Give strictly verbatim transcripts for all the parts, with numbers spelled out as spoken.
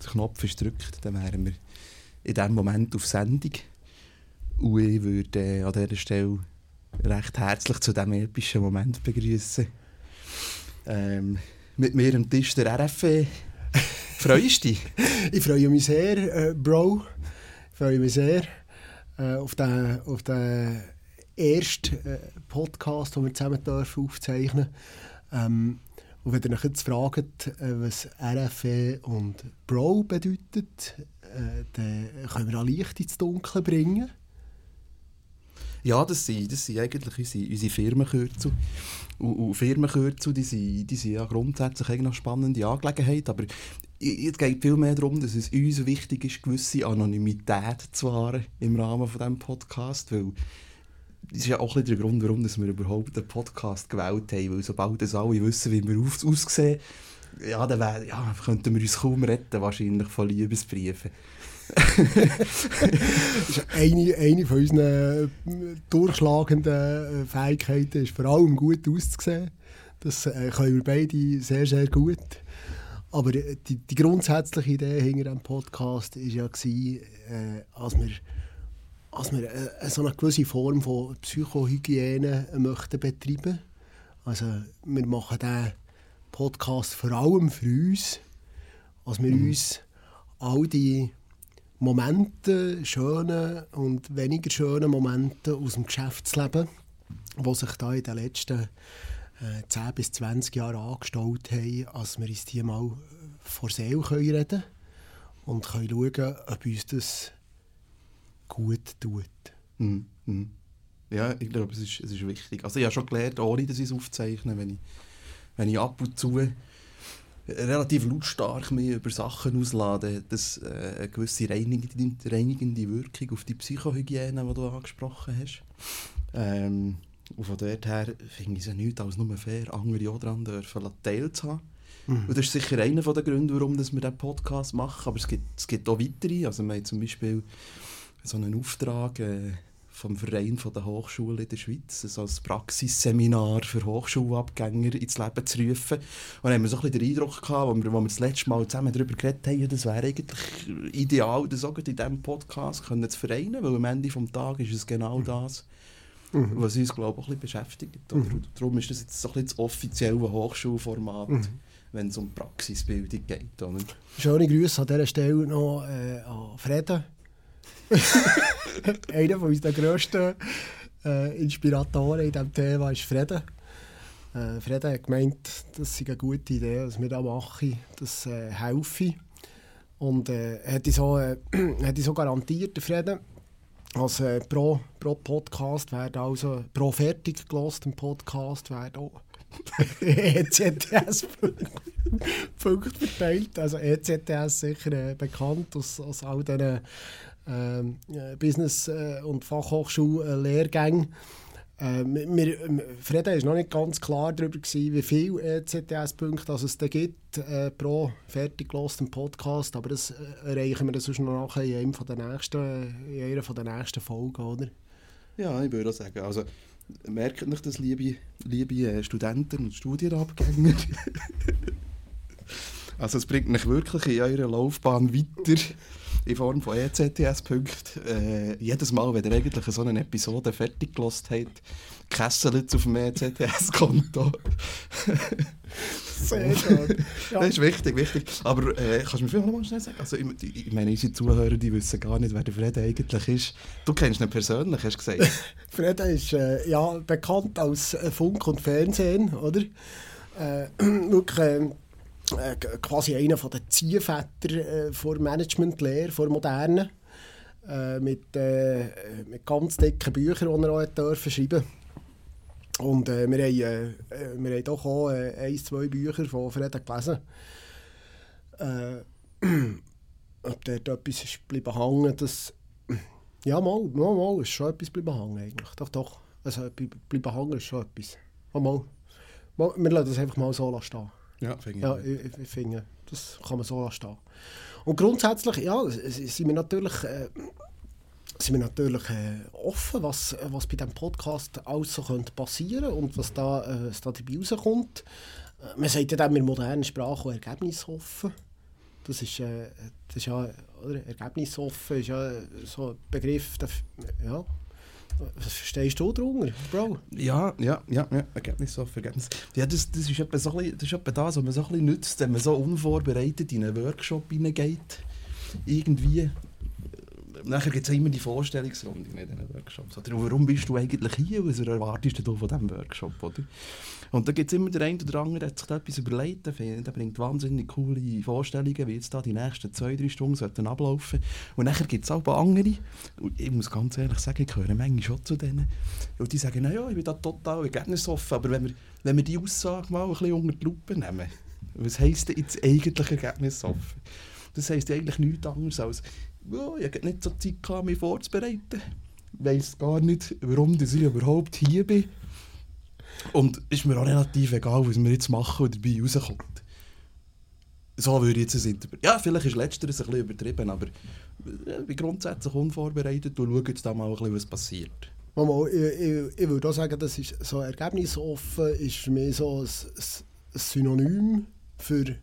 der Knopf ist gedrückt, dann wären wir in diesem Moment auf Sendung. Und ich würde äh, an dieser Stelle recht herzlich zu diesem epischen Moment begrüßen. Ähm, mit mir am Tisch der R F E. Freust du dich? Ich freue mich sehr, äh, Bro. Ich freue mich sehr äh, auf den, auf den ersten äh, Podcast, den wir zusammen dürfen aufzeichnen dürfen. Ähm, und wenn ihr euch jetzt fragt, äh, was R F E und Bro bedeutet, äh, dann können wir auch Licht ins Dunkle bringen. Ja, das sind, das sind eigentlich unsere, unsere Firmenkürzel. Und, und Firmenkürzel, die sind, die sind ja grundsätzlich eigentlich eine spannende Angelegenheit, aber es geht viel mehr darum, dass es uns wichtig ist, gewisse Anonymität zu wahren im Rahmen von diesem Podcast, weil das ist ja auch ein bisschen der Grund, warum wir überhaupt einen Podcast gewählt haben, weil sobald das alle wissen, wie wir auf, aussehen, ja, dann wär, ja, könnten wir uns kaum retten, wahrscheinlich von Liebesbriefen. eine, eine von unseren durchschlagenden Fähigkeiten ist vor allem gut auszusehen. Das äh, können wir beide sehr, sehr gut. Aber die, die grundsätzliche Idee hinter diesem Podcast war ja, äh, als wir, als wir äh, so eine gewisse Form von Psychohygiene möchten betreiben. Also wir machen diesen Podcast vor allem für uns, als wir mhm. uns all die Momente, schöne und weniger schöne Momente aus dem Geschäftsleben, die sich da in den letzten äh, zehn bis zwanzig Jahren angestaut haben, als wir uns die mal vor Seele reden können und können schauen, ob uns das gut tut. Mm, mm. Ja, ich glaube, es ist, es ist wichtig. Also ich habe schon gelernt, ohne dass ich es aufzeichne, wenn ich, wenn ich ab und zu relativ lautstark mich über Sachen ausladen, dass äh, eine gewisse reinigende, reinigende Wirkung auf die Psychohygiene, die du angesprochen hast. Ähm, und von dort her finde ich es ja nichts als nur fair, andere auch daran dürfen teilzuhaben. Mhm. Und das ist sicher einer der Gründe, warum wir diesen Podcast machen, aber es gibt, es gibt auch weitere. Also wir haben zum Beispiel so einen Auftrag äh, vom Verein der Hochschulen in der Schweiz, also als Praxisseminar für Hochschulabgänger ins Leben zu rufen. Und dann haben wir so ein bisschen den Eindruck gehabt, als wir, wir das letzte Mal zusammen darüber geredet haben, das wäre eigentlich ideal, das auch in diesem Podcast können zu vereinen, weil am Ende des Tages ist es genau das, mhm. was uns, glaube ich, auch ein bisschen beschäftigt. Mhm. Darum ist das jetzt so ein bisschen das offizielle Hochschulformat, mhm. wenn es um Praxisbildung geht. Oder? Schöne Grüße an dieser Stelle noch äh, an Freda. Einer von unseren grössten äh, Inspiratoren in diesem Thema ist Freda. Äh, Freda hat gemeint, das sei eine gute Idee, was wir da machen, das äh, helfe. Und äh, hat ich so, äh, hat ich so garantiert, der Freda, als äh, pro, pro Podcast werden also pro fertig gelosenen Podcast werden auch E C T S-Punkte verteilt. Also E C T S sicher äh, bekannt aus, aus all diesen Ähm, Business- und Fachhochschullehrgänge. Ähm, wir, Freda war noch nicht ganz klar darüber, gewesen, wie viele E C T S-Punkte es da gibt äh, pro fertig gelosenen Podcast, aber das äh, erreichen wir das sonst noch nachher in, einem von der nächsten, in einer von der nächsten Folgen, oder? Ja, ich würde auch sagen, also merkt nicht das, liebe, liebe Studenten und Studienabgänger. Also es bringt mich wirklich in eurer Laufbahn weiter in Form von E C T S-Punkten. Äh, jedes Mal, wenn ihr eigentlich so eine Episode fertig gehört habt, kesselt es auf dem E C T S-Konto. Sehr schön. Ja. Das ist wichtig, wichtig. Aber äh, kannst du mir vielleicht noch mal schnell sagen? Also, ich, ich meine, unsere Zuhörer die wissen gar nicht, wer der Freda eigentlich ist. Du kennst ihn persönlich, hast du gesagt. Freda ist äh, ja, bekannt als Funk und Fernsehen, oder? Äh, wirklich, äh, Äh, quasi einer der Ziehväter äh, der Managementlehre, der Modernen. Äh, mit, äh, mit ganz dicken Büchern, die er auch dürfen schreiben. Und äh, wir, haben, äh, wir haben doch auch äh, ein, zwei Bücher von Freda gelesen. Äh, ob dort etwas ist geblieben hängen, das... Ja, mal, mal, mal, ist schon etwas geblieben hängen eigentlich. Doch, doch. Also, geblieben hängen ist schon etwas. Mal, mal. mal wir lassen das einfach mal so stehen. Ja, finde ich. Ja, ich, ich finde, das kann man so stehen. Und grundsätzlich, ja, sind wir natürlich, äh, sind wir natürlich äh, offen, was, was bei diesem Podcast alles so könnte passieren und was da, äh, was da dabei rauskommt. Äh, man sagt ja dann mit moderner Sprache auch Ergebnisoffen. Das ist, äh, das ist ja, oder? Ergebnisoffen ist ja so ein Begriff, der, ja. Was verstehst du darunter, Bro? Ja, ja, ja, ja. Ergebnisoffen, Ergebnis. Ja, das, das, ist etwa so ein bisschen, das ist etwa das, was man so ein bisschen nützt, wenn man so unvorbereitet in einen Workshop hineingeht. Irgendwie. Nachher gibt es immer die Vorstellungsrunde in diesen Workshops. Oder warum bist du eigentlich hier? Was erwartest du von diesem Workshop? Oder? Und da gibt es immer den einen oder anderen, der hat sich da etwas überlegt. Der bringt wahnsinnig coole Vorstellungen, wie jetzt da die nächsten zwei, drei Stunden sollten ablaufen. Und nachher gibt es auch andere. Und ich muss ganz ehrlich sagen, ich gehöre manchmal schon zu denen. Und die sagen, naja, ich bin da total ergebnisoffen. Aber wenn wir, wenn wir die Aussage mal ein bisschen unter die Lupe nehmen, was heisst denn jetzt eigentlich ergebnisoffen? Das heisst ja eigentlich nichts anderes als, ja, ich hatte nicht so Zeit gehabt, mich vorzubereiten. Ich weiss gar nicht, warum ich überhaupt hier bin. Und es ist mir auch relativ egal, was wir jetzt machen und dabei rauskommt. So würde ich jetzt es interpretieren. Ja, vielleicht ist Letzteres ein bisschen übertrieben, aber ich bin grundsätzlich unvorbereitet und schaue jetzt da mal ein bisschen, was passiert. Mama, ich, ich, ich würde auch sagen, das ist so ergebnisoffen ist für mich so ein, ein Synonym für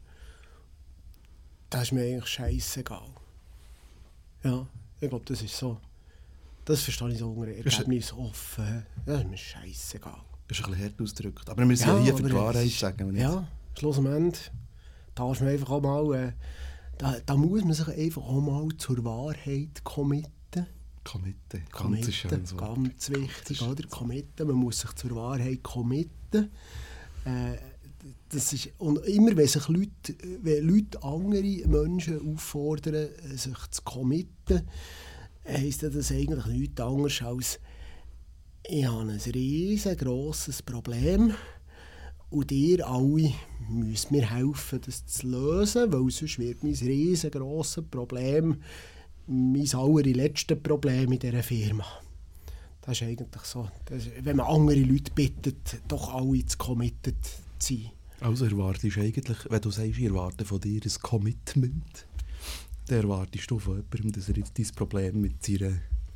«das ist mir eigentlich scheissegal». Ja, ich glaube, das ist so. Das verstehe ich so unter ergebnisoffen. Das ist mir scheissegal. Das ist ein bisschen hart ausgedrückt. Aber wir müssen ja, ja hier für die Wahrheit sagen. Ja, schlussendlich darf man einfach auch mal, äh, da, da muss man sich einfach auch mal zur Wahrheit committen. Committen, ganz committen, schön so. Ganz wichtig, oder? Committen, man muss sich zur Wahrheit committen. Äh, das ist, und immer wenn sich Leute, wenn Leute andere Menschen auffordern, sich zu committen, heisst das eigentlich nichts anderes als «Ich habe ein riesengroßes Problem und ihr alle müsst mir helfen, das zu lösen, weil sonst wird mein riesengroßes Problem mein allerletztes Problem in dieser Firma.» Das ist eigentlich so. Das ist, wenn man andere Leute bittet, doch alle zu committed zu sein. Also erwartest du eigentlich, wenn du sagst, ich erwarte von dir ein Commitment, dann erwartest du von jemandem, dass er jetzt dein Problem mit seiner,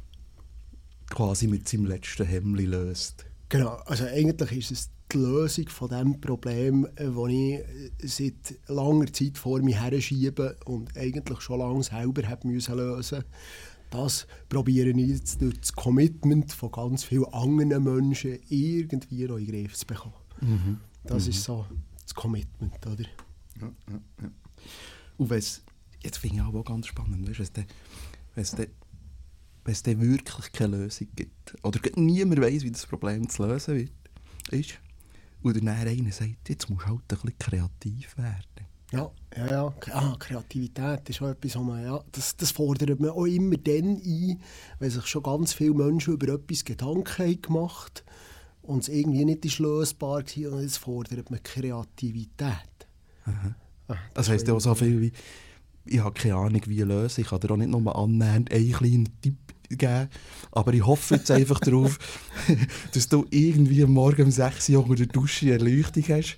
quasi mit seinem letzten Hemdli löst. Genau, also eigentlich ist es die Lösung von dem Problem, das ich seit langer Zeit vor mir herschiebe und eigentlich schon lange selber habe müssen lösen. Das probiere ich jetzt durch das Commitment von ganz vielen anderen Menschen irgendwie noch in den Griff zu bekommen. Mhm. Das mhm. ist so das Commitment, oder? Ja, ja, ja. Und wenn's, jetzt finde ich auch ganz spannend, weißt, wenn es dann wirklich keine Lösung gibt, oder niemand weiss, wie das Problem zu lösen wird, ist, und dann einer sagt, jetzt musst du halt ein bisschen kreativ werden. Ja, ja, ja. Ah, Kreativität ist auch etwas, was man, ja, das, das fordert man auch immer dann ein, wenn sich schon ganz viele Menschen über etwas Gedanken haben gemacht und es irgendwie nicht ist lösbar war, und jetzt fordert man Kreativität. Aha. Ah, das, das heisst ja auch so viel wie, ich habe keine Ahnung, wie lösen. Ich kann dir auch nicht nur annähernd einen kleinen Tipp geben, aber ich hoffe jetzt einfach darauf, dass du irgendwie morgen um sechs Uhr unter der Dusche eine Erleuchtung hast,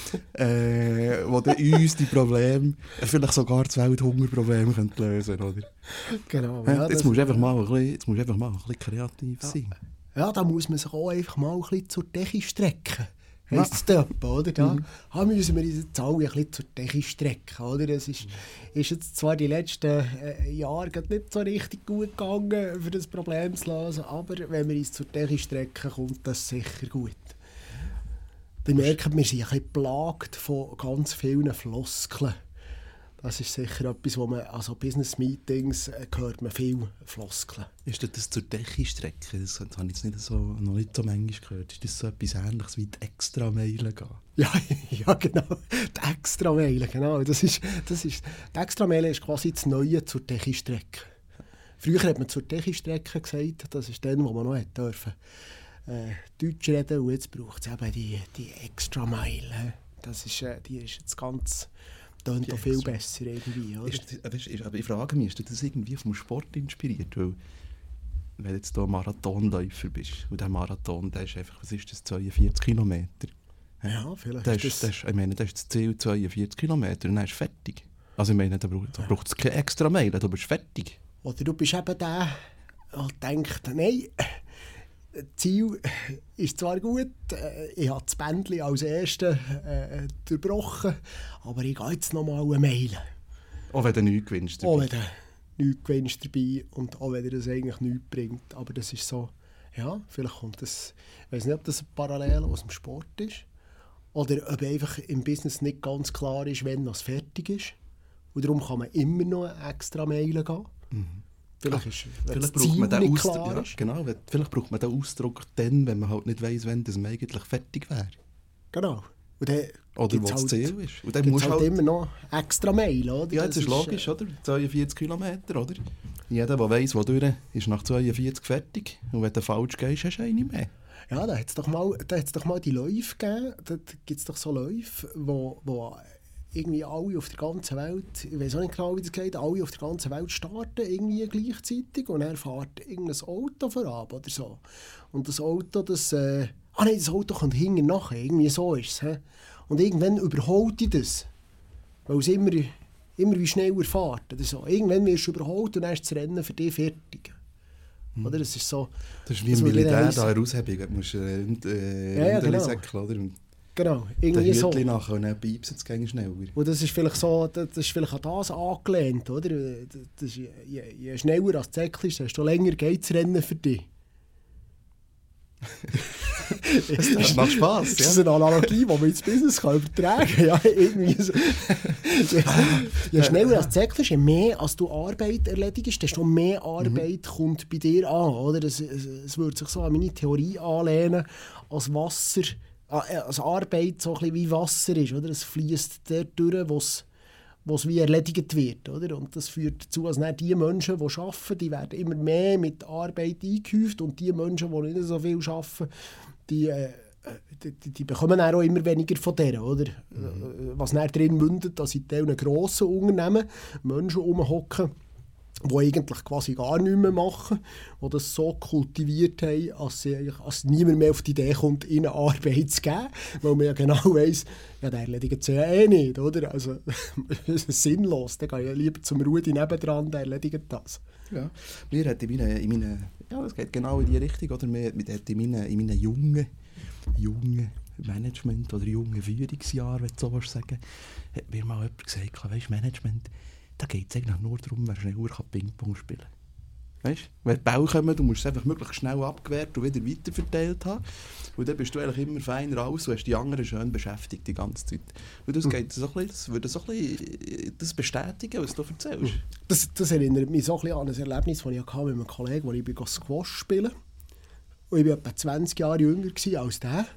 äh, wo dann uns die Probleme, vielleicht sogar das Welthungerproblem lösen können, oder? Genau. Ja, ja, jetzt, musst du einfach mal ein bisschen, jetzt musst du einfach mal ein bisschen kreativ ja. sein. Ja, da muss man sich auch einfach mal ein bisschen zur Decke strecken. Heisst es ja. Oder? Da mhm. müssen wir uns jetzt alle ein bisschen zur Decke strecken. Oder? Es ist, ist jetzt zwar die letzten äh, Jahre nicht so richtig gut gegangen, für das Problem zu lösen, aber wenn wir uns zur Decke strecken, kommt das sicher gut. Dann merken wir, wir sind ein bisschen geplagt von ganz vielen Floskeln. Das ist sicher etwas, wo man, also Business-Meetings äh, hört man viel Floskeln. Ist das, das zur Decke strecken? Das habe ich jetzt nicht so, noch nicht so manchmal gehört. Ist das so etwas Ähnliches wie die Extrameilen gehen? Ja, ja, genau. Die Extrameilen, genau. Das ist, das ist, die Extrameilen ist quasi das Neue zur Decke strecken. Früher hat man zur Decke strecken gesagt, das ist dann, wo man noch hat dürfen, äh, Deutsch reden, und jetzt braucht es eben die, die Extrameile. Das ist, äh, die ist jetzt ganz... Das ist viel besser irgendwie, oder? Ist, ist, aber ich frage mich, ist das irgendwie vom Sport inspiriert? Weil, wenn du jetzt hier Marathonläufer bist, und der Marathon, der ist einfach, was ist das, zweiundvierzig Kilometer? Ja, vielleicht das ist das... das ich meine, das ist das Ziel zweiundvierzig Kilometer und dann ist es fertig. Also ich meine, da braucht es ja. keine extra Meile, du bist fertig. Oder du bist eben der, der denkt, nein, das Ziel ist zwar gut, ich habe das Bändchen als Erste äh, durchbrochen, aber ich gehe jetzt noch mal eine Meile. Auch wenn du nichts gewinnst dabei. Auch wenn du nichts gewinnst dabei und auch wenn dir das eigentlich nichts bringt. Aber das ist so, ja, vielleicht kommt das, ich weiß nicht, ob das ein Parallel aus dem Sport ist oder ob einfach im Business nicht ganz klar ist, wenn es fertig ist. Und darum kann man immer noch eine extra Meile gehen. Mhm. Vielleicht, ist, vielleicht, braucht man den Ausdruck, ja, genau, vielleicht braucht man den Ausdruck dann, wenn man halt nicht weiss, wenn das eigentlich fertig wäre. Genau. Und dann oder wo das halt, Ziel ist. Und dann musst halt, halt immer noch extra Meilen, oder? Ja, das, das ist logisch, äh, oder? zweiundvierzig Kilometer, oder? Jeder, der weiss, wo durch, ist nach zweiundvierzig fertig. Und wenn du falsch gehst, hast du eine mehr. Ja, da hat es doch, doch mal die Läufe gegeben. Da gibt es doch so Läufe, wo, wo irgendwie alle auf der ganzen Welt, ich weiß auch nicht genau, wie das geht, alle auf der ganzen Welt starten irgendwie gleichzeitig und dann fährt irgendein Auto vorab oder so. Und das Auto, das... Äh, ah nein, das Auto kommt hinten nachher, irgendwie so ist es. He? Und irgendwann überholt ich das, weil es immer, immer wie schneller fährt oder so. Irgendwann wirst du überholt und dann ist das Rennen für dich fertig. Hm. Oder? Das ist so... Das ist wie im Militär, da eine Aushebung, du musst äh, äh, ja, ja, genau. säckeln, oder? Genau, irgendwie so. Hütchen nachher und dann piepst es schneller. Und das ist vielleicht so, das ist vielleicht an das angelehnt, oder? Das ist, je, je schneller das Säckchen ist, desto länger geht das Rennen für dich. Das macht Spass. Das ist eine Analogie, die man ins Business kann übertragen kann. Ja, irgendwie so. je, je schneller das Säckchen ist, je mehr als du Arbeit erledigst, desto mehr Arbeit mhm. kommt bei dir an. Oder? Es, es, es würde sich so an meine Theorie anlehnen, als Wasser, als Arbeit so ein bisschen wie Wasser ist. Oder? Es fließt dort durch, wo es wo es wie erledigt wird. Oder? Und das führt dazu, dass die Menschen, die arbeiten, die werden immer mehr mit Arbeit eingehäuft und die Menschen, die nicht so viel arbeiten, die, äh, die, die bekommen auch immer weniger von denen. Oder? Mhm. Was dann drin mündet, dass in diesen grossen Unternehmen Menschen rumhocken, die eigentlich quasi gar nichts mehr machen, die das so kultiviert haben, dass, sie, dass niemand mehr auf die Idee kommt, ihnen Arbeit zu geben, weil man ja genau weiss, ja, der erledigt es ja eh nicht, oder? Also, das ist sinnlos, dann gehe ich ja lieber zum Rudi nebendran, der erledigt das. Ja, mir hat in meinen, in meinen, ja, das geht genau in die Richtung, oder? Mir hat in meinen, in meinen jungen, jungen Management- oder jungen Führungsjahren, wenn du so willst sagen, hat mir mal jemand gesagt, weisst, Management, da geht es eigentlich nur darum, wer schneller Ping-Pong spielen kann. Weißt du? Wenn die Bälle kommen, du musst es einfach möglichst schnell abgewehrt und wieder weiterverteilt haben. Und dann bist du eigentlich immer feiner aus und hast die anderen schön beschäftigt die ganze Zeit. Und das, geht so ein bisschen, das würde so ein bisschen das bestätigen, was du erzählst. Das, das erinnert mich so ein bisschen an ein Erlebnis, das ich hatte mit einem Kollegen, als ich Squash spielen. Und ich war etwa zwanzig Jahre jünger als der.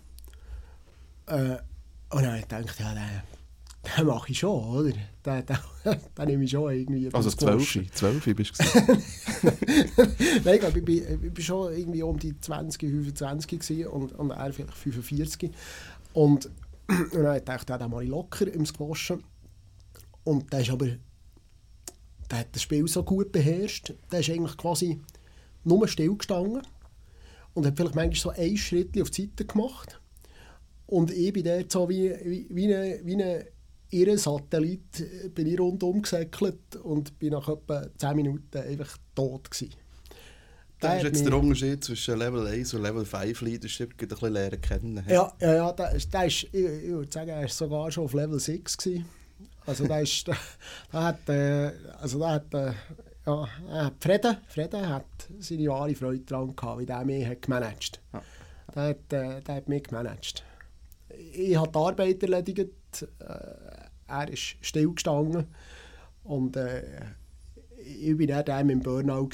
Äh, und dann habe ich gedacht, ja, der... Den mache ich schon, oder? Den, den, den nehme ich schon irgendwie... Also zwölf, zwölf bist du gesagt? Nein, ich glaube, ich war ich schon irgendwie um die zwanzig, fünfundzwanzig gewesen und, und er vielleicht fünfundvierzig. Und, und dann dachte ich, ja, den mache ich locker im Squashen. Und der ist aber... Der hat das Spiel so gut beherrscht. Der ist eigentlich quasi nur still gestanden und hat vielleicht manchmal so ein Schritt auf die Seite gemacht. Und ich bin dort so wie, wie, wie eine... Wie eine Ihren Satellit bin ich rundum gesäckelt und bin nach etwa zehn Minuten einfach tot gewesen. Das ist jetzt der Unterschied zwischen Level eins und Level fünf Leadership, ein bisschen lernen kennen. Ja, ja, ja, der ist, der ist, ich, ich würde sagen, er war sogar schon auf Level sechs gewesen. Also der ist, der, der hat, äh, also der hat, äh, ja, er hat Frieden, Frieden hat seine wahre Freude daran gehabt, wie der mich hat gemanagt. Ja. Der hat, äh, der hat mich gemanagt. Ich habe die Arbeit erledigt, äh, er ist stillgestanden und äh, ich war dann der mit dem Burnout.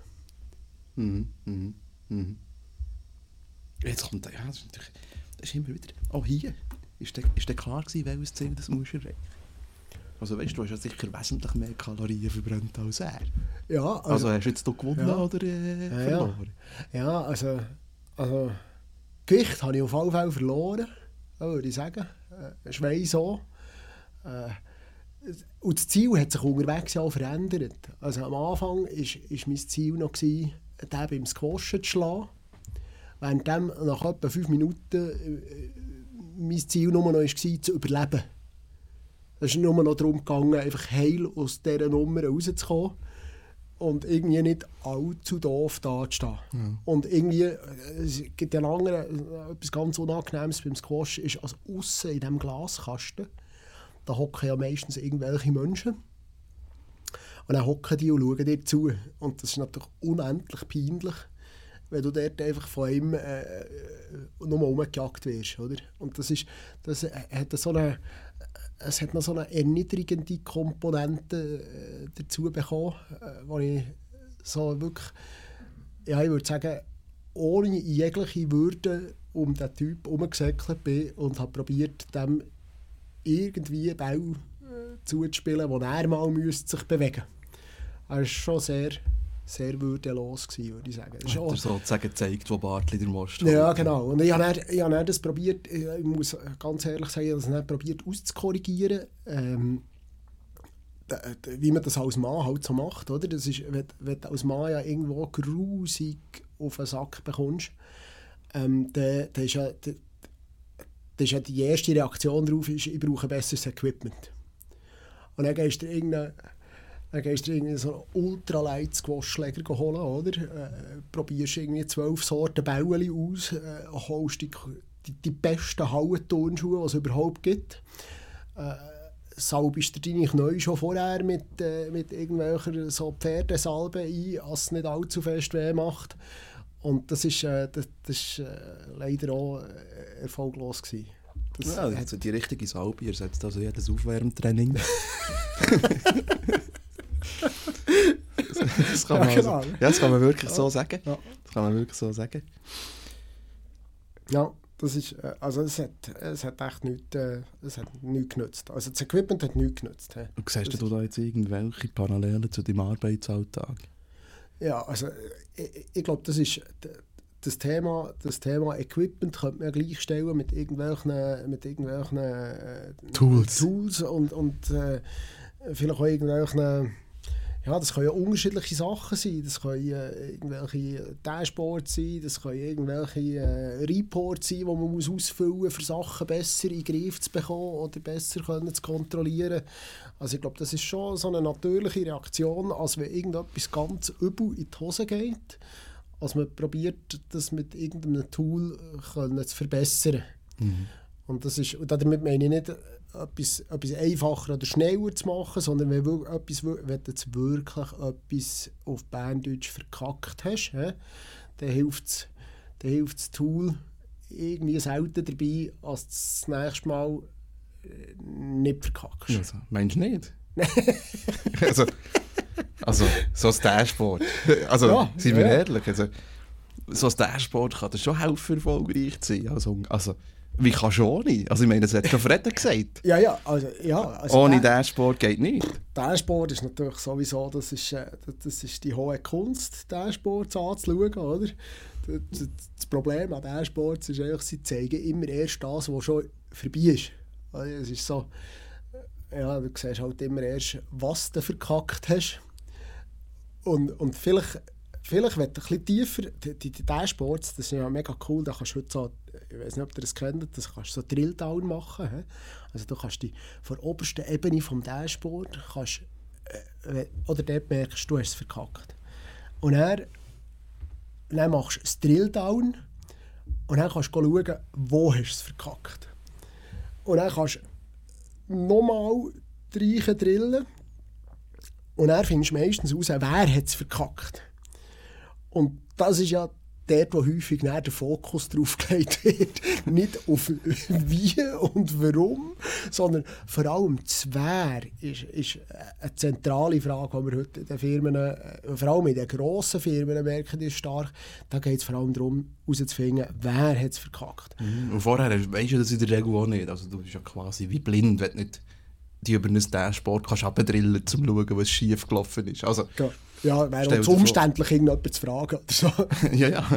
Mhm, mhm, mhm. Jetzt kommt ja, das ist, natürlich, das ist immer wieder... Auch hier, ist dir, ist dir klar gewesen, welches Ziel das musst du erreichen? Also weißt du, du hast ja sicher wesentlich mehr Kalorien verbrannt als er. Ja, also, also hast du jetzt gewonnen ja. oder äh, ja, verloren? Ja, ja also, also Gewicht habe ich auf alle Fälle verloren, würde ich sagen. Äh, Schweiß auch. Äh, und das Ziel hat sich unterwegs auch verändert. Also am Anfang war mein Ziel noch, den beim Squashen zu schlagen. Während dem nach etwa fünf Minuten äh, mein Ziel nur noch war, zu überleben. Es ist nur noch darum gegangen, einfach heil aus dieser Nummer rauszukommen und irgendwie nicht allzu doof dazustehen. Ja. Und irgendwie, es gibt ja lange etwas ganz Unangenehmes beim Squash, ist als aussen in diesem Glaskasten, da hocken ja meistens irgendwelche Menschen. Und dann hocken die und schauen dir zu. Und das ist natürlich unendlich peinlich, wenn du dort einfach von einem äh, nur umgejagt wirst. Oder? Und das, ist, das hat so eine, es hat noch so eine erniedrigende Komponente äh, dazu bekommen, äh, wo ich so wirklich, ja, ich würde sagen, ohne jegliche Würde um den Typ herumgesäckelt bin und habe probiert, dem irgendwie Ball äh, zuzuspielen, wo er mal müsste sich bewegen müsste. Er war schon sehr, sehr würdelos, würde ich sagen. Hat er sozusagen gezeigt, wo Bartli der Most hat. Ja, genau. Und ich habe dann, ich habe dann das probiert, ich muss ganz ehrlich sagen, ich habe das dann probiert auszukorrigieren, ähm, wie man das als Mann halt so macht. Oder? Das ist, wenn, wenn du als Mann ja irgendwo grusig auf den Sack bekommst, ähm, dann, dann, ist ja, dann, dann ist ja die erste Reaktion darauf, ist, ich brauche besseres Equipment. Und dann gehst du irgendeinen Dann gehst du irgendwie so einen Ultralight-Squash-Schläger holen, oder? Äh, probierst irgendwie zwölf Sorten Bäueli aus, äh, holst die, die, die besten Hallenturnschuhe, die es überhaupt gibt. Äh, salbst dir deine Knie schon vorher mit, äh, mit irgendwelcher so Pferdesalbe ein, dass es nicht allzu fest weh macht. Und das ist, äh, das, das ist äh, leider auch äh, erfolglos gewesen. Das ja, also die richtige Salbe ersetzt also jedes Aufwärmtraining. Das kann, man ja, also, genau. ja, das kann man wirklich ja. so sagen. Ja. Das kann man wirklich so sagen. Ja, das ist, also es hat, es hat echt nichts, äh, es hat nichts genutzt. Also das Equipment hat nichts genutzt. He. Und siehst du da jetzt irgendwelche Parallelen zu deinem Arbeitsalltag? Ja, also ich, ich glaube, das ist das Thema, das Thema Equipment könnte man ja gleichstellen mit irgendwelchen, mit irgendwelchen äh, Tools, Tools und, und äh, vielleicht auch irgendwelchen. Ja, das können ja unterschiedliche Sachen sein. Das können äh, irgendwelche Dashboards sein, das können irgendwelche äh, Reports sein, die man muss ausfüllen muss, für Sachen besser in den Griff zu bekommen oder besser können zu kontrollieren. Also ich glaube, das ist schon so eine natürliche Reaktion, als wenn irgendetwas ganz übel in die Hose geht, als man probiert, das mit irgendeinem Tool können zu verbessern. Mhm. Und, das ist, und damit meine ich nicht, etwas, etwas einfacher oder schneller zu machen, sondern wenn du etwas, wenn du jetzt wirklich etwas auf Berndeutsch verkackt hast, he, dann hilft es dann hilft das Tool irgendwie selten dabei, als du das nächste Mal nicht verkackst. Also, meinst du nicht? also, also, so ein Dashboard. Also, ja, seien wir ja. ehrlich, also, so ein Dashboard kann dir schon helfen, erfolgreich zu sein. Also, also wie kannst du ohne? Also ich meine, das hat schon Fredden gesagt. Ja, ja, also, ja. Also ohne Dashboard geht nicht. Dashboard ist natürlich sowieso, das ist, das ist die hohe Kunst, Dashboards anzuschauen, oder? Das, das Problem an Dashboards ist eigentlich, sie zeigen immer erst das, was schon vorbei ist. Also es ist so, ja, du siehst halt immer erst, was du verkackt hast. Und, und vielleicht, vielleicht wenn du ein bisschen tiefer, die, die, die Dashboards, das ist ja mega cool, da kannst du heute so, ich weiß nicht, ob ihr das kennt, das kannst du so Drilldown machen. He? Also du kannst die von der obersten Ebene vom Dashboard, kannst, äh, oder dort merkst du, du hast es verkackt. Und dann, dann machst du das Drilldown und dann kannst du schauen, wo hast du es verkackt. Und dann kannst du nochmal reichen drillen und dann findest du meistens heraus, wer hat es verkackt. Und das ist ja dort, wo häufig der Fokus drauf gelegt wird, nicht auf wie und warum, sondern vor allem das Wer ist, ist eine zentrale Frage, die wir heute in den Firmen, vor allem in den grossen Firmen merken, ist stark. Da geht es vor allem darum, herauszufinden, wer hat es verkackt. Mhm. Und vorher weisst du das in der Regel auch nicht. Also du bist ja quasi wie blind, wenn du nicht die über ein Dashboard kannst abdrillen, um zu schauen, was schief gelaufen ist. Also, ja. Ja, wäre auch zu umständlich, irgendjemanden zu fragen oder so. ja, ja.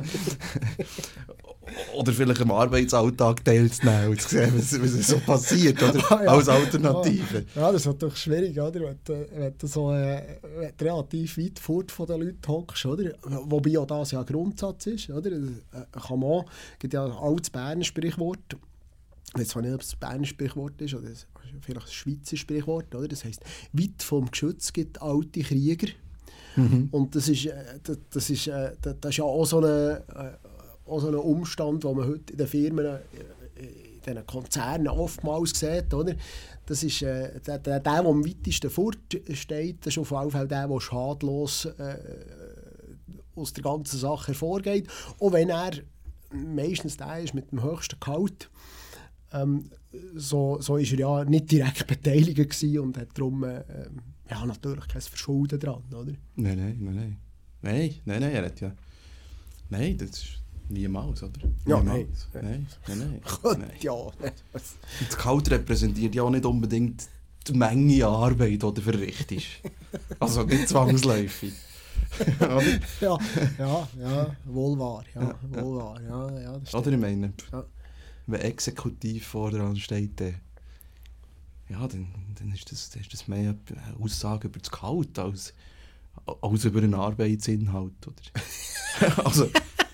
Oder vielleicht im Arbeitsalltag teilzunehmen und zu sehen, was, was so passiert, oder? Ah, ja. Als Alternative. Ja, ja, das ist natürlich schwierig, oder? Wenn du, wenn du so äh, wenn du relativ weit fort von den Leuten hockst, oder? Wobei auch das ja ein Grundsatz ist, oder? Es gibt ja ein altes Berner Sprichwort. Ich weiß nicht, ob es ein Berner Sprichwort ist oder vielleicht ein Schweizer Sprichwort, oder? Das heisst, weit vom Geschütz gibt alte Krieger. Mhm. Und das ist, das, das, ist, das ist ja auch so ein, auch so ein Umstand, den man heute in den Firmen diesen Konzernen oftmals sieht, oder? Das ist äh, der, der, der am weitesten fortsteht, das ist auf jeden Fall der, der schadlos äh, aus der ganzen Sache hervorgeht. Auch wenn er meistens der ist mit dem höchsten Gehalt. Ähm, so, so ist er ja nicht direkt beteiligt gewesen und hat darum äh, ja, natürlich kein Verschulden dran, oder? Nein, nein, nein, nein. Nein, nein, nein, er hat ja... Nein, das ist niemals, oder? Ja, niemals. nein. Nein, nein, nein. Gott, nein. ja. Das Gehalt repräsentiert ja auch nicht unbedingt die Menge an Arbeit, die du verrichtest. Also nicht zwangsläufig. ja, ja, ja, wohl wahr, ja, Ja, wohl wahr, ja, ja, das stimmt. Oder ich meine, Ja. wenn exekutiv voran steht, dann, ja, dann, dann ist, das, dann ist das mehr eine Aussage über das Gehalt als, als über einen Arbeitsinhalt. Oder? Also,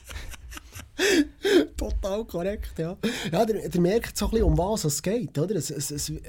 Total korrekt, ja. Ja, der, der merkt so ein bisschen, um was es geht, oder? Es, es, es, äh,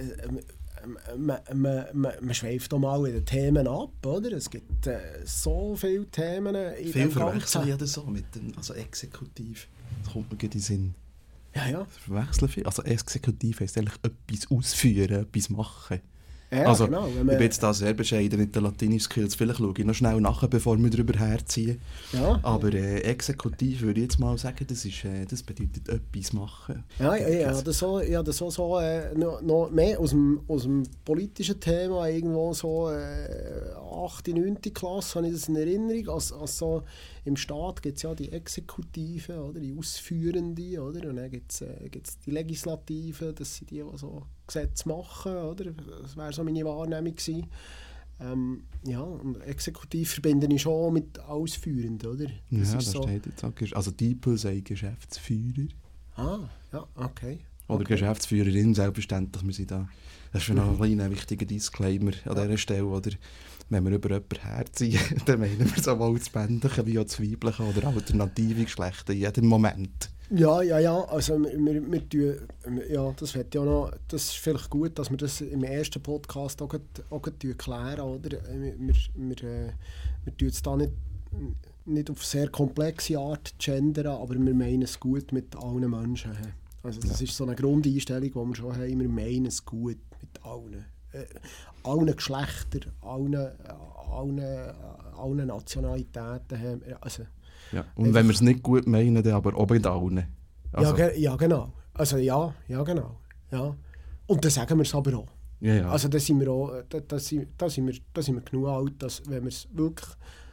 man, man, man, man schweift auch mal in den Themen ab, oder? Es gibt äh, so viele Themen in viel dem verwechseln Ganzen. ja das so mit dem, also exekutiv. Das kommt mir gerade in den Sinn. Ja, ja. Das verwechseln viel. Also exekutiv heisst eigentlich etwas ausführen, etwas machen. Ja, also, genau. Wenn ich man, bin jetzt da sehr bescheiden mit den latinischen Skills. Vielleicht schaue ich noch schnell nach, bevor wir darüber herziehen. ja, Aber äh, exekutiv würde ich jetzt mal sagen, das, ist, äh, das bedeutet etwas machen. ja, ja, ja, das so, ja, das so, so äh, noch, noch mehr aus dem, aus dem politischen Thema, irgendwo so äh, achte, neunte Klasse, habe ich das in Erinnerung. Als, als so, im Staat gibt es ja die Exekutive, oder, die Ausführende, oder? Und dann gibt es äh, die Legislative, das sind die, die so Gesetze machen, oder? Das wäre so meine Wahrnehmung gewesen. Ähm, ja, und exekutiv verbinde ich schon mit Ausführenden, oder? Das ja, da so. steht jetzt auch. Also Diepel sei Geschäftsführer. Ah, ja, okay. Oder okay. Geschäftsführerin, selbstverständlich. Wir sind da. Das ist noch ein kleiner wichtiger Disclaimer an Ja. dieser Stelle. Oder? Wenn wir über jemanden herziehen, dann meinen wir sowohl das männliche wie auch das weibliche oder alternative Geschlecht in jedem Moment. Ja, ja, ja, also wir, wir, wir tun, ja, das wird ja noch, das ist vielleicht gut, dass wir das im ersten Podcast auch, grad, auch grad klären, oder? Wir, wir, wir, äh, wir tun es da nicht, nicht auf sehr komplexe Art gendern, aber wir meinen es gut mit allen Menschen. Also das Ja. ist so eine Grundeinstellung, die wir schon haben, wir meinen es gut mit allen. Äh, allen Geschlechtern, allen, äh, allen, äh, allen Nationalitäten haben. Also, Ja. Und wenn wir es nicht gut meinen, dann aber auch bei allen. Also, ja, ge ja, genau. Also ja, ja, genau. Ja. Und dann sagen wir es aber auch. ja, ja. Also da sind wir auch, da, da, sind, da, sind wir, da sind wir genug alt, dass wenn wir es wirklich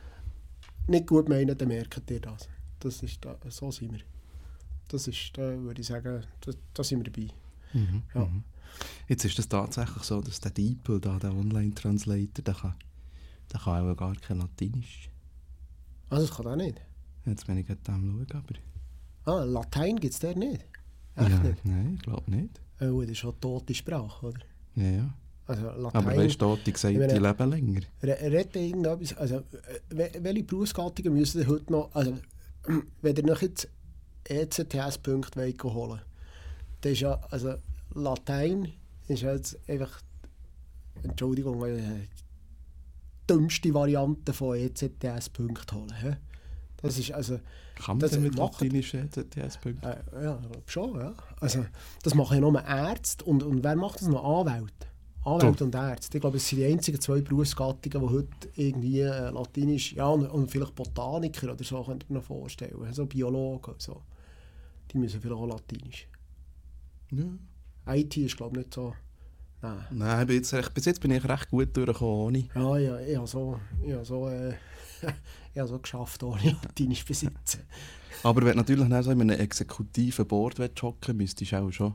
nicht gut meinen, dann merkt ihr das. Das ist da, so sind wir. Das ist, da würde ich sagen, da, da sind wir dabei. Mhm, Ja. mhm. Jetzt ist es tatsächlich so, dass der Diepel, da, der Online-Translator, der kann, der kann auch gar kein Latinisch. Also das kann auch nicht. Jetzt bin ich gerade am schauen, aber... Ah, Latein gibt es der nicht? Echt ja, nicht? Nein, ich glaube nicht. Oh, das ist schon tote Sprache, oder? Ja, ja. Also Latein... Aber weißt du, die gesagt, ich meine- die leben länger. Redet irgendetwas, also äh, welche Berufsgattungen müssen ihr heute noch, also wenn ihr noch jetzt E C T S-Punkte holen wollt, dann ist ja, also Latein ist ja jetzt einfach, Entschuldigung, äh, die dümmste Variante von E C T S-Punkten holen. He? Das ist also, Kann man das denn mit macht- latinischen E C T S-Punkten? äh, ja, ich glaub schon, ja. Also das machen ja nur Ärzte und, und wer macht das noch? Anwälte. Anwälte und Ärzte. Ich glaube, es sind die einzigen zwei Berufsgattungen, die heute irgendwie äh, Latinisch, ja, und, und vielleicht Botaniker oder so, könnte man noch vorstellen. So Biologen und so. Die müssen vielleicht auch Latinisch. Ja. I T ist, glaube ich, nicht so. Nein. Nein, ich bin jetzt recht, bis jetzt bin ich recht gut durchgekommen ohne. Ja, ja, ich habe so, ich habe so, äh, ich habe so geschafft, ohne Latinisch besitzen. Aber wenn du natürlich nicht so in einem exekutiven Board hocken müsstest du auch schon.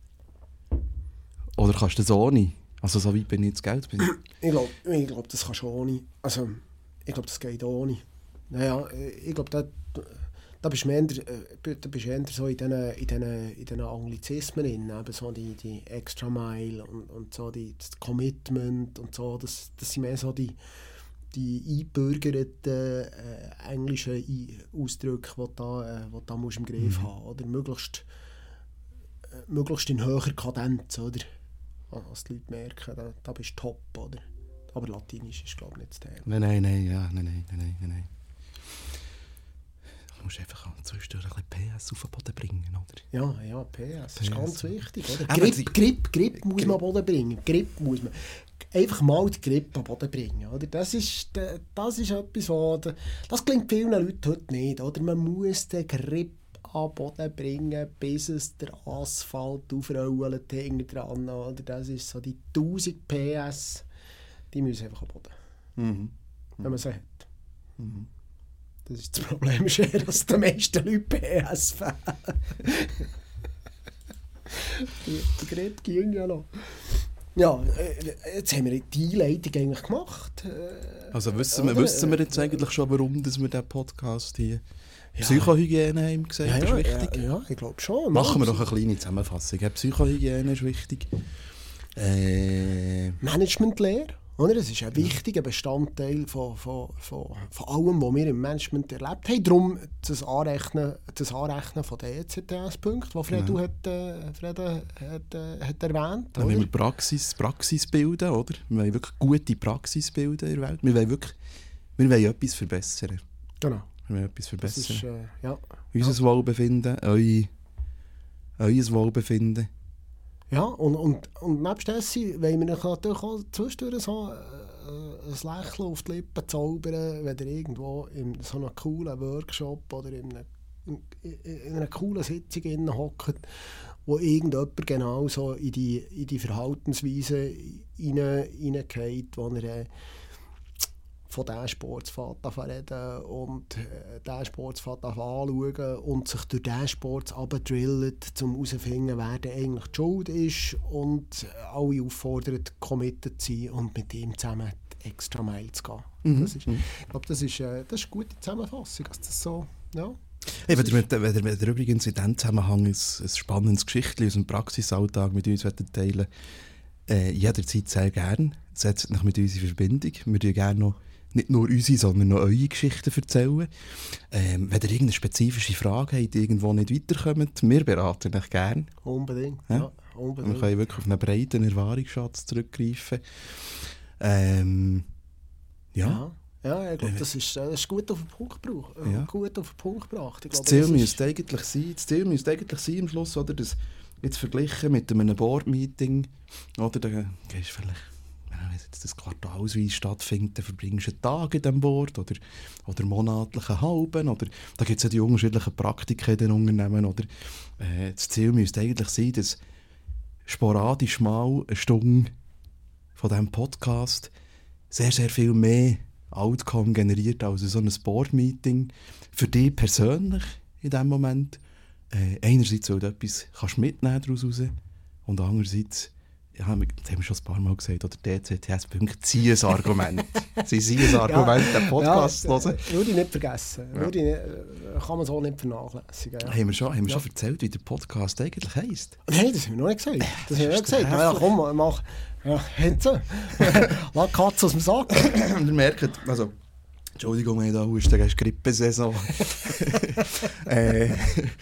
Oder kannst du das ohne? Also so weit bin ich jetzt Geld. Bin ich. Ich glaube, ich glaub, das kannst du ohne. Also, ich glaube, das geht ohne. Naja, ich glaube, da, da bist du eher, äh, da bist du eher so in diesen in den, in den Anglizismen drin, eben so die, die Extra Mile und, und so die, das Commitment und so. Das, das sind mehr so die, die eingebürgerten äh, englischen I Ausdrücke, die du da, äh, da musst im Griff Mhm. haben. Oder möglichst, äh, möglichst in höherer Kadenz, oder? Als die Leute merken, da, da bist du top, oder? Aber Latinisch ist, glaube ich, nicht das Thema. Nein, nein, nein, ja, nein, nein, nein, nein, nein. Du musst einfach zwischendurch ein bisschen P S auf den Boden bringen, oder? Ja, ja, P S, das ist ganz wichtig, oder? Aber Grip, sie- Grip, Grip muss Grip. man am Boden bringen. Grip muss man. Einfach mal die Grip am Boden bringen, oder? Das ist, das ist etwas, was... Das klingt vielen Leuten heute nicht, oder? Man muss den Grip am Boden bringen, bis es der Asphalt aufrollt hinten dran, oder? Das ist so die tausend P S, die müssen einfach am Boden, Mhm. wenn man sie hat. Mhm. Das ist das Problem, ist eher, dass die meisten Leute P S fehlen. Der Grip ging ja noch. Ja, äh, jetzt haben wir die Einleitung eigentlich gemacht. Äh, Also wissen wir, oder? wissen wir jetzt eigentlich schon, warum dass wir diesen Podcast hier Ja. Psychohygiene haben gesagt, ja, ist ja, wichtig. Ja, ja, ich glaube schon. Machen wir doch eine kleine Zusammenfassung. Ja, Psychohygiene ist wichtig. Äh, Managementlehre, oder? Das ist ein wichtiger Bestandteil von, von, von, von allem, was wir im Management erlebt haben. Darum das Anrechnen, das Anrechnen von den E C T S-Punkten, die Fredo Ja. hat, äh, Fredo hat, äh, hat erwähnt. dann wollen Oder? wir Praxis, Praxis bilden, oder? Wir wollen wirklich gute Praxis bilden in der Welt. Wir wollen wirklich wir wollen etwas verbessern. Genau. Wir wollen etwas Das ist, verbessern. äh, ja. Unser Wohlbefinden, eu, euer Wohlbefinden. Ja, und, und, und nebst dessen wollen wir natürlich auch zwischendurch so äh, ein Lächeln auf die Lippen zaubern, wenn ihr irgendwo in so einem coolen Workshop oder in einer, in, in einer coolen Sitzung hockt, wo irgendjemand genau so in die, in die Verhaltensweise hineingeht, wo er äh, von diesem Sport reden und äh, diesen Sport anschauen und sich durch diesen Sport abdrillt, um herauszufinden, wer denn eigentlich die Schuld ist und alle auffordert, committed zu sein und mit ihm zusammen die extra Meile zu gehen. Mhm. Das ist, ich glaube, das ist, äh, das ist eine gute Zusammenfassung. Also das so, ja. Hey, wenn, ihr mit, wenn, ihr, wenn ihr übrigens in diesem Zusammenhang ein, ein spannendes Geschichtchen aus dem Praxisalltag mit uns teilen äh, jederzeit sehr gerne. Setzt euch mit uns in Verbindung. Wir würden gerne noch nicht nur unsere, sondern noch eure Geschichten erzählen. Ähm, wenn ihr irgendeine spezifische Frage habt, irgendwo nicht weiterkommt, wir beraten euch gerne. Unbedingt. Ja? Ja, unbedingt. Wir können wirklich auf einen breiten Erfahrungsschatz zurückgreifen. Ähm, ja. Ja. Ja, ich glaube, das ist, das ist gut auf den Punkt gebracht. Äh, Ja. Gut auf den Punkt gebracht. Ich Das glaube, Ziel das ist- müsste eigentlich sein, das Ziel müsste eigentlich sein am Schluss, oder, das jetzt verglichen mit einem Board-Meeting, oder, da gehst du vielleicht, wenn jetzt das quartalsweise stattfindet, dann verbringst du einen Tag in diesem Board, oder, oder monatlich einen halben, oder da gibt es ja die unterschiedlichen Praktiken in den Unternehmen, oder, äh, das Ziel müsste eigentlich sein, dass sporadisch mal eine Stunde von diesem Podcast sehr, sehr viel mehr Outcome generiert als so ein Board-Meeting für dich persönlich in diesem Moment. Äh, einerseits, weil du etwas kannst mitnehmen daraus raus und andererseits, ja, das haben wir schon ein paar Mal gesagt, oder D C T S-Punkte ziehen ein Argument. Sie sind ein Argument, den Podcast ja, zu hören. äh, Würde ich nicht vergessen. Ja. Würde ich nicht, äh, kann man so nicht vernachlässigen. Ja. Haben wir schon, haben wir Ja. schon erzählt, wie der Podcast eigentlich heisst? Nein, das haben wir noch nicht gesagt. Das haben wir ist nicht gesagt. der Ja, komm, mach. Ja, hinten. Lass die Katze aus dem Sack. Und ihr merkt, also, Entschuldigung, wir haben da Husten, das ist Grippesaison. äh,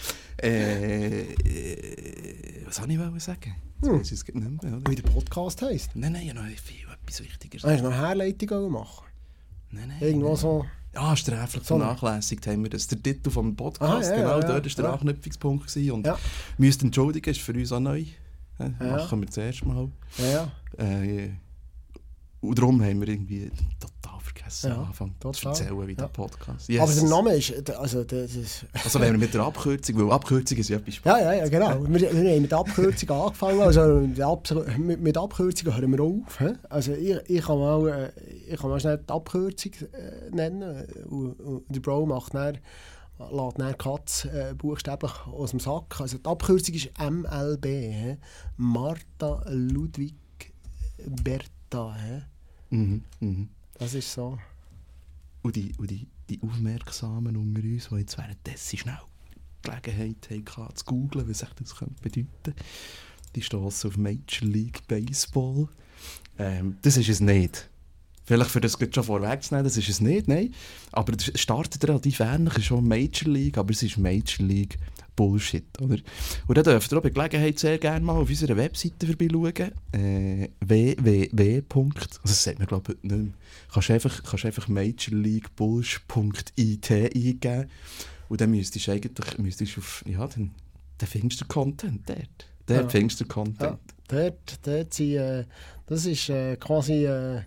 äh, äh, was soll ich wollen sagen? Jetzt Hm. weiss ich es gerade nicht mehr, oder? Wie der Podcast heisst. Nein, nein, ich habe noch viel etwas Wichtigeres. Hast du noch eine Herleitung machen? Nein, nein. Irgendwo nein. so. Ja, sträflich So. vernachlässigt haben wir das. Der Titel vom Podcast, Ah, ja, genau, ja, dort war der ja. Anknüpfungspunkt. Gewesen. Und Ja. müsst entschuldigen, ist für uns auch neu. Äh, Ja. Machen wir das erste Mal. Ja, ja. Äh, und darum haben wir irgendwie total vergessen, Ja, am Anfang zu total. erzählen, wie Ja. der Podcast. Aber Yes. der Name ist. Also, das ist Also wenn wir mit der Abkürzung, weil Abkürzung ist ja etwas ja, ja, ja, genau. Wir, wir haben mit Abkürzungen angefangen. Also mit, Ab mit, mit Abkürzungen hören wir auf. He? Also ich, ich, kann mal, äh, ich kann mal schnell die Abkürzung äh, nennen. Und, und der Bro macht dann, lässt dann Katz äh, buchstäblich aus dem Sack. Also die Abkürzung ist M L B. He? Martha Ludwig Bertha. He? Mhm, mhm. Das ist so. Und die, und die, die Aufmerksamen unter uns, die jetzt währenddessen schnell die Gelegenheit hatten, zu googlen, was sich das könnte bedeuten, die stossen auf Major League Baseball. Ähm, das ist es nicht. Vielleicht für das geht schon vorwegzunehmen, das ist es nicht, nein. Aber es startet relativ ähnlich, es ist schon Major League, aber es ist Major League Bullshit, oder? Und da dürft ihr auch bei Gelegenheit sehr gerne mal auf unserer Webseite vorbeischauen. Äh, w w w. Also das sagt man glaube ich nicht mehr. Kannst einfach, kannst einfach major league bullsh punkt i t eingeben Und dann müsstest du eigentlich müsstest du auf, ja, dann, dann findest du Content dort. Dort Ja. findest du Content. Ja, dort, dort sind, äh, das ist äh, quasi äh,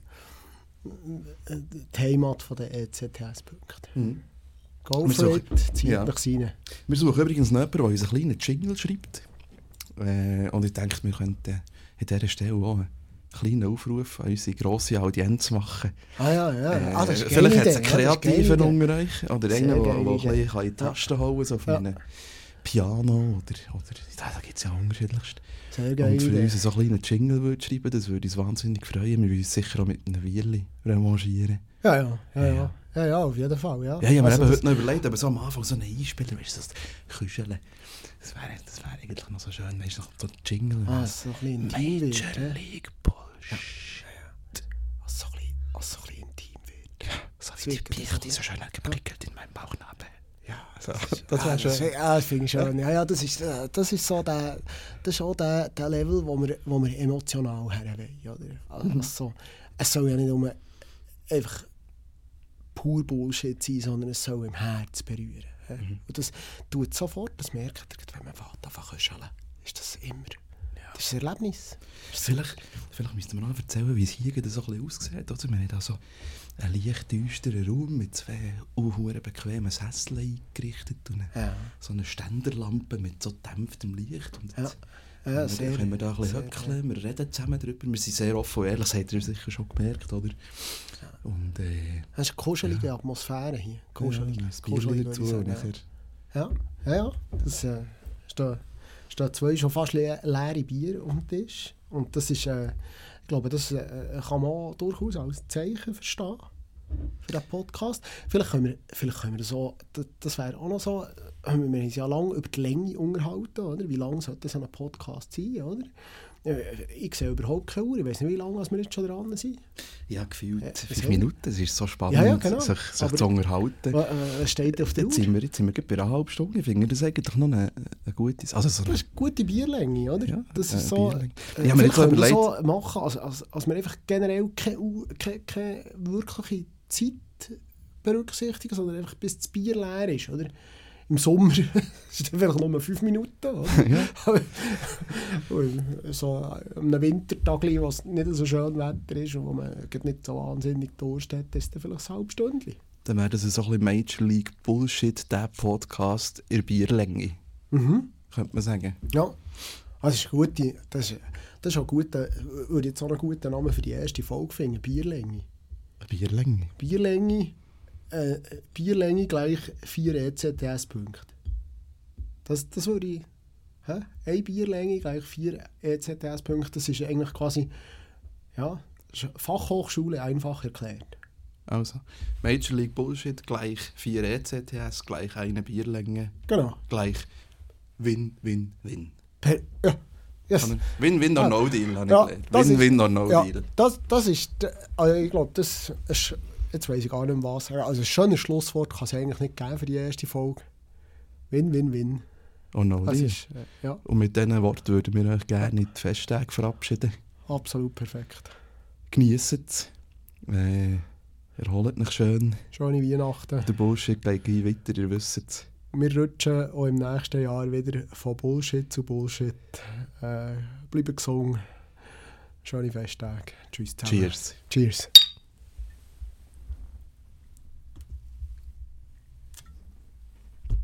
die Heimat der E Z T S-Punkte. Mhm. Go Wir for suchen- it, zieht ja. euch rein. Wir suchen übrigens noch jemanden, der uns einen kleinen Jingle schreibt. Äh, und ich denke, wir könnten an dieser Stelle auch einen kleinen Aufruf an unsere grosse Audienz machen. Ah ja, ja. Äh, ah, das ist eine vielleicht geile hat es einen Idee, ja, das ist eine Kreativen geile Idee. unter euch. Oder Sehr einen, der geile ein Idee. bisschen kann in die Tasten hauen so auf Ja. einem Piano. Oder, oder, da gibt es ja unterschiedlichste. Sehr geile Und für Idee. uns so einen kleinen Jingle würde schreiben, das würde uns wahnsinnig freuen. Wir würden uns sicher auch mit einem Wierli revanchieren. Ja, ja, ja, Ja. ja. Ja, ja, auf jeden Fall, ja. Ja, ich habe mir Also eben das- heute noch überlegt, aber so am Anfang so einen Einspieler, weißt du, das Küscheln, das wäre das wär eigentlich noch so schön, weißt du, noch so ein Jingle. Ah, so ein bisschen intim wird. Major ja. League Bullshit. Was so ein bisschen, was so ein bisschen intim wird. So Das wie die wirkt Pichte so- so schön geprickelt in meinem Bauchnabel. Ja, So, das, das wäre ah, schön. Ja, das finde ich schön. Ja, ja, das ist, äh, das ist so der, das ist auch der, der Level, wo wir, wo wir emotional her wollen. Oder? Also, so, es soll ja nicht nur einfach pur Bullshit sein, sondern es soll im Herz berühren. Ja? Und das tut sofort, das merkt ihr, wenn man anfängt zu kuscheln, ist das immer. Das ist ein Erlebnis. Vielleicht, vielleicht müssten wir noch erzählen, wie es hier gerade so ein bisschen aussieht. Oder? Wir haben da so einen leicht düsteren Raum mit zwei unhuere bequemen Sesseln eingerichtet und eine, Ja. so eine Ständerlampe mit so dämpftem Licht. Und Ja. jetzt Ja, können sehr, wir, können wir da ein bisschen sehr, höckeln, wir reden zusammen darüber. Wir sind sehr offen und ehrlich, das habt ihr sicher schon gemerkt, oder? Und äh, Es ist eine kuschelige Atmosphäre hier. Kuschelig. ja, ein Kuschelig, Bierchen dazu. würde Und ich sagen, nachher, ja. Ja, ja, ja. Das äh, stehen, stehen zwei schon fast le leere Bier auf dem Tisch. Und das ist, äh, ich glaube, das äh, kann man auch durchaus als Zeichen verstehen für den Podcast. Vielleicht können wir, vielleicht können wir so, das, das wäre auch noch so, äh, wir haben uns ja lange über die Länge unterhalten, oder? Wie lange sollte so ein Podcast sein, oder? Äh, Ich sehe überhaupt keine Uhr, ich weiß nicht, wie lange wir jetzt schon dran sind. ja, gefühlt Ja, fünf so. Minuten. Es ist so spannend, Ja, ja, genau. sich, sich Aber- zu unterhalten. Was steht auf der Jetzt Uhr? sind wir, jetzt sind wir gerade bei einer halben Stunde. Ich finde das eigentlich noch eine, eine gute... Also so eine, Das ist eine gute Bierlänge, oder? Ja, das äh, ist so. Bierlänge. Äh, Ich habe mir vielleicht jetzt können wir überlegt- so machen, als, als, als wir einfach generell keine, U- keine, keine wirkliche Zeit berücksichtigen, sondern einfach bis das Bier leer ist, oder? Im Sommer ist es vielleicht nur fünf Minuten, oder? ja. Und so an einem Wintertag, wo es nicht so schön Wetter ist und wo man gerade nicht so wahnsinnig Durst hat, ist es vielleicht ein halbes Stündchen. Dann wäre das so ein bisschen Major League Bullshit, der Podcast in der Bierlänge, Mhm. könnte man sagen. Ja, das ist, eine gute, das ist, das ist auch gut, würde jetzt auch einen guten Namen für die erste Folge finden, Bierlänge. Eine Bierlänge? Bierlänge, äh, Bierlänge gleich vier E Z T S-Punkte. Das, das würde ich... Hä? Eine Bierlänge gleich vier E Z T S-Punkte, das ist eigentlich quasi... Ja, das ist Fachhochschule einfach erklärt. Also, Major League Bullshit gleich vier E C T S gleich eine Bierlänge Genau. gleich Win, Win, Win. Per, ja, yes. Oder Win, Win or Ah, no deal, habe ich ja, gelernt. das Win, ist- Win or no Ja, deal. das, das ist... der- Also ich glaube, das ist... Jetzt weiss ich gar nicht mehr was. Also ein schönes Schlusswort kann es eigentlich nicht geben für die erste Folge. Win, win, win. Or no Das deal. ist, äh, ja, Und mit diesen Worten würden wir euch gerne in die Festtage verabschieden. absolut perfekt. Geniessen es. Äh, erholt euch schön. Schöne Weihnachten. Der Bullshit geht gleich weiter, ihr wisst es. Wir rutschen auch im nächsten Jahr wieder von Bullshit zu Bullshit. Äh, bleiben gesund. Schöne Festtage. Tschüss zusammen. Cheers. Cheers.